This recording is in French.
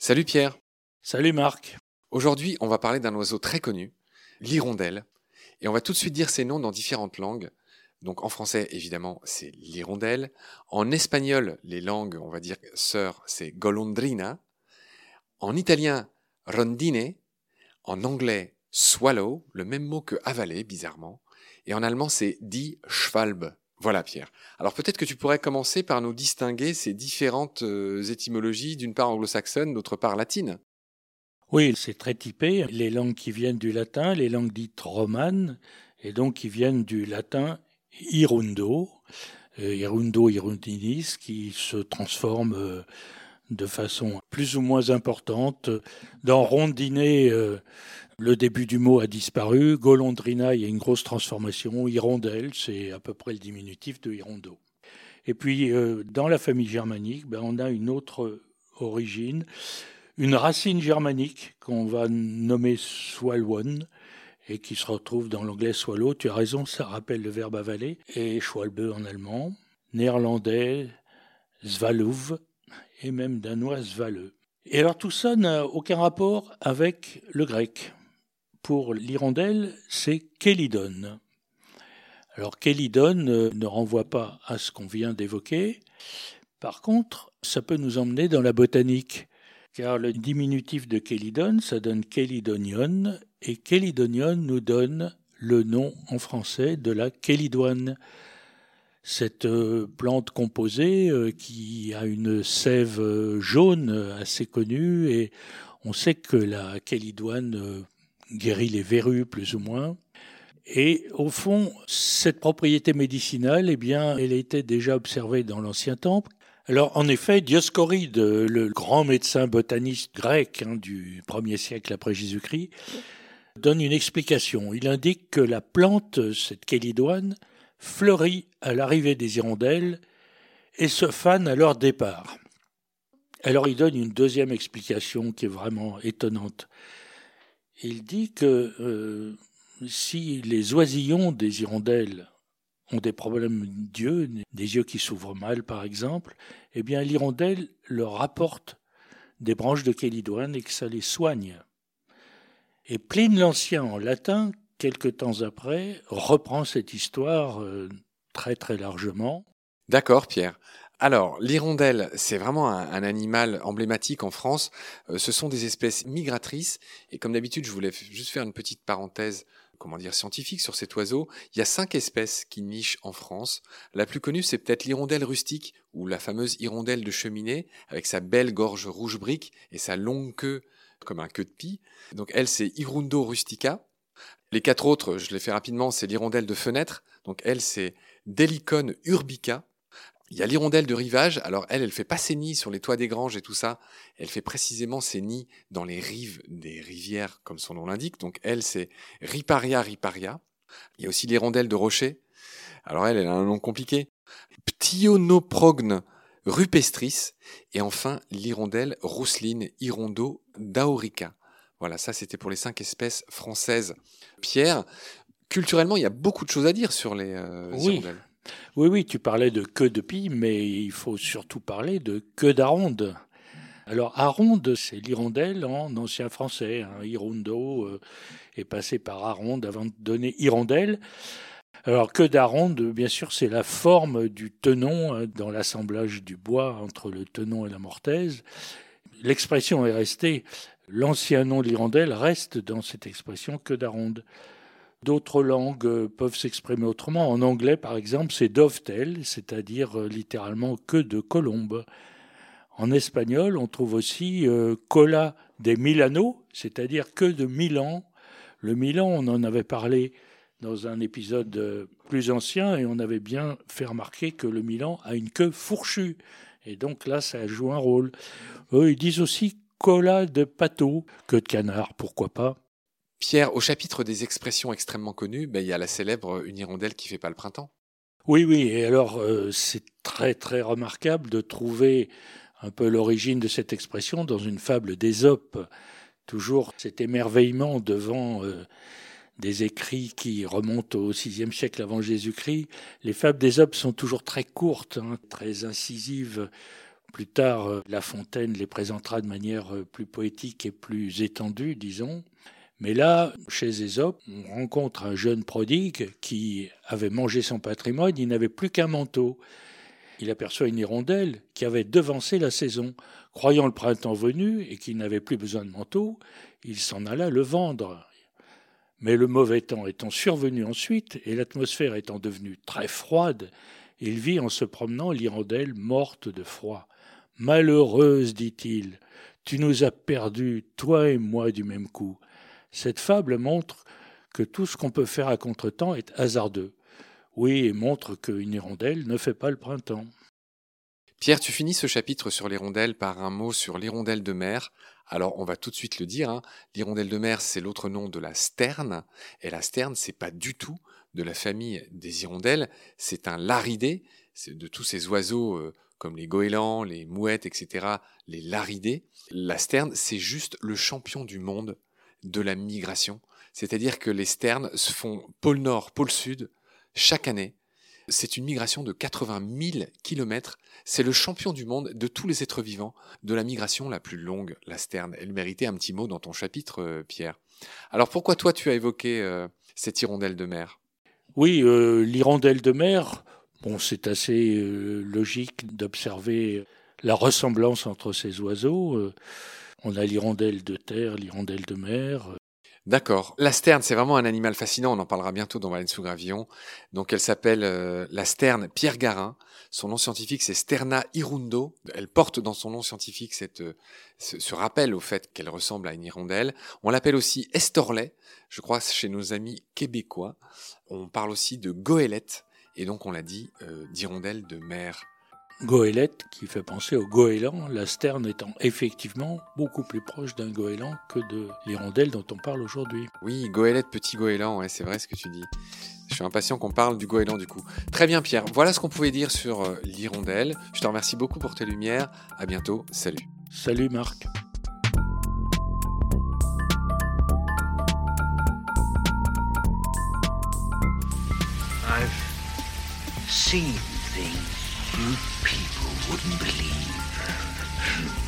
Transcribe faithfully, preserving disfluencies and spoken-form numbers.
Salut Pierre. Salut Marc. Aujourd'hui, on va parler d'un oiseau très connu, l'hirondelle. Et on va tout de suite dire ses noms dans différentes langues. Donc en français, évidemment, c'est l'hirondelle. En espagnol, les langues, on va dire sœurs, c'est golondrina. En italien, rondine. En anglais, swallow, le même mot que avaler, bizarrement. Et en allemand, c'est die Schwalbe. Voilà Pierre. Alors peut-être que tu pourrais commencer par nous distinguer ces différentes euh, étymologies, d'une part anglo-saxonne, d'autre part latine. Oui, c'est très typé. Les langues qui viennent du latin, les langues dites romanes, et donc qui viennent du latin hirundo, euh, hirundo hirundinis, qui se transforme euh, de façon plus ou moins importante. Dans rondiner, euh, le début du mot a disparu. Golondrina, il y a une grosse transformation. Hirondelle, c'est à peu près le diminutif de hirundo. Et puis, euh, dans la famille germanique, ben, on a une autre origine, une racine germanique qu'on va nommer swalwon et qui se retrouve dans l'anglais swallow. Tu as raison, ça rappelle le verbe avaler. Et schwalbe en allemand, néerlandais, svaluv et même danois svale. Et alors tout ça n'a aucun rapport avec le grec. Pour l'hirondelle, c'est Kélidon. Alors Kélidon ne renvoie pas à ce qu'on vient d'évoquer. Par contre, ça peut nous emmener dans la botanique, car le diminutif de Kélidon, ça donne Kélidonion, et Kélidonion nous donne le nom en français de la kélidoine. Cette euh, plante composée euh, qui a une sève euh, jaune assez connue, et on sait que la kélidoine euh, guérit les verrues plus ou moins. Et au fond, cette propriété médicinale, eh bien, elle était déjà observée dans l'Ancien Temple. Alors, en effet, Dioscoride, le grand médecin botaniste grec hein, du premier siècle après Jésus-Christ, donne une explication. Il indique que la plante, cette kélidoine, fleurit à l'arrivée des hirondelles et se fane à leur départ. Alors, il donne une deuxième explication qui est vraiment étonnante. Il dit que euh, si les oisillons des hirondelles ont des problèmes d'yeux, des yeux qui s'ouvrent mal par exemple, eh bien l'hirondelle leur apporte des branches de kélidoine et que ça les soigne. Et Pline l'Ancien en latin, quelque temps après, reprend cette histoire euh, très très largement. D'accord Pierre. Alors, l'hirondelle, c'est vraiment un, un animal emblématique en France. Euh, ce sont des espèces migratrices. Et comme d'habitude, je voulais f- juste faire une petite parenthèse, comment dire, scientifique sur cet oiseau. Il y a cinq espèces qui nichent en France. La plus connue, c'est peut-être l'hirondelle rustique, ou la fameuse hirondelle de cheminée, avec sa belle gorge rouge brique et sa longue queue comme un queue de pie. Donc elle, c'est Hirundo rustica. Les quatre autres, je les fais rapidement, c'est l'hirondelle de fenêtre. Donc elle, c'est Delicon urbica. Il y a l'hirondelle de rivage. Alors elle, elle fait pas ses nids sur les toits des granges et tout ça. Elle fait précisément ses nids dans les rives des rivières, comme son nom l'indique. Donc elle, c'est Riparia riparia. Il y a aussi l'hirondelle de rocher. Alors elle, elle a un nom compliqué. Ptionoprogne rupestris. Et enfin, l'hirondelle rousseline hirundo daorica. Voilà, ça c'était pour les cinq espèces françaises. Pierre, culturellement, il y a beaucoup de choses à dire sur les euh, Oui, hirondelles. oui, oui, tu parlais de queue de pie, mais il faut surtout parler de queue d'aronde. Alors, aronde, c'est l'hirondelle en ancien français. Hein. Hirundo euh, est passé par aronde avant de donner hirondelle. Alors, queue d'aronde, bien sûr, c'est la forme du tenon hein, dans l'assemblage du bois entre le tenon et la mortaise. L'expression est restée. L'ancien nom de l'hirondelle reste dans cette expression queue d'aronde. D'autres langues euh, peuvent s'exprimer autrement. En anglais, par exemple, c'est dovetail, c'est-à-dire euh, littéralement queue de colombe. En espagnol, on trouve aussi euh, cola de Milano, c'est-à-dire queue de Milan. Le Milan, on en avait parlé dans un épisode euh, plus ancien et on avait bien fait remarquer que le Milan a une queue fourchue. Et donc là, ça joue un rôle. Eux, ils disent aussi cola de pâteau, queue de canard, pourquoi pas. Pierre, au chapitre des expressions extrêmement connues, ben, il y a la célèbre Une hirondelle qui fait pas le printemps. Oui, oui, et alors euh, c'est très très remarquable de trouver un peu l'origine de cette expression dans une fable d'Ésope. Toujours cet émerveillement devant euh, des écrits qui remontent au sixième siècle avant Jésus-Christ. Les fables d'Ésope sont toujours très courtes, hein, très incisives Plus tard, La Fontaine les présentera de manière plus poétique et plus étendue, disons. Mais là, chez Ésope, on rencontre un jeune prodigue qui avait mangé son patrimoine, il n'avait plus qu'un manteau. Il aperçoit une hirondelle qui avait devancé la saison. Croyant le printemps venu et qu'il n'avait plus besoin de manteau, il s'en alla le vendre. Mais le mauvais temps étant survenu ensuite et l'atmosphère étant devenue très froide, il vit en se promenant l'hirondelle morte de froid. « Malheureuse, dit-il, tu nous as perdus, toi et moi du même coup. » Cette fable montre que tout ce qu'on peut faire à contretemps est hasardeux. Oui, et montre qu'une hirondelle ne fait pas le printemps. Pierre, tu finis ce chapitre sur l'hirondelle par un mot sur l'hirondelle de mer. Alors, on va tout de suite le dire, hein. L'hirondelle de mer, c'est l'autre nom de la sterne. Et la sterne, c'est pas du tout de la famille des hirondelles. C'est un laridé, c'est de tous ces oiseaux euh, comme les goélands, les mouettes, et cetera, les laridés. La sterne, c'est juste le champion du monde de la migration. C'est-à-dire que les sternes se font pôle nord, pôle sud, chaque année. C'est une migration de quatre-vingt mille kilomètres. C'est le champion du monde de tous les êtres vivants de la migration la plus longue, la sterne. Elle méritait un petit mot dans ton chapitre, euh, Pierre. Alors pourquoi toi tu as évoqué euh, cette hirondelle de mer ? Oui, euh, l'hirondelle de mer, bon, c'est assez euh, logique d'observer la ressemblance entre ces oiseaux. Euh, on a l'hirondelle de terre, l'hirondelle de mer. D'accord. La sterne, c'est vraiment un animal fascinant. On en parlera bientôt dans Baleine sous gravillon. Donc, elle s'appelle euh, la sterne Pierre Garin. Son nom scientifique, c'est Sterna hirundo. Elle porte dans son nom scientifique cette, euh, ce, ce rappel au fait qu'elle ressemble à une hirondelle. On l'appelle aussi estorlet, je crois, chez nos amis québécois. On parle aussi de goélette. Et donc, on l'a dit, euh, d'hirondelle de mer. Goélette, qui fait penser au goéland, la sterne étant effectivement beaucoup plus proche d'un goéland que de l'hirondelle dont on parle aujourd'hui. Oui, goélette, petit goéland, ouais, c'est vrai ce que tu dis. Je suis impatient qu'on parle du goéland du coup. Très bien Pierre, voilà ce qu'on pouvait dire sur euh, l'hirondelle. Je te remercie beaucoup pour tes lumières. À bientôt, salut. Salut Marc. I've seen things you people wouldn't believe.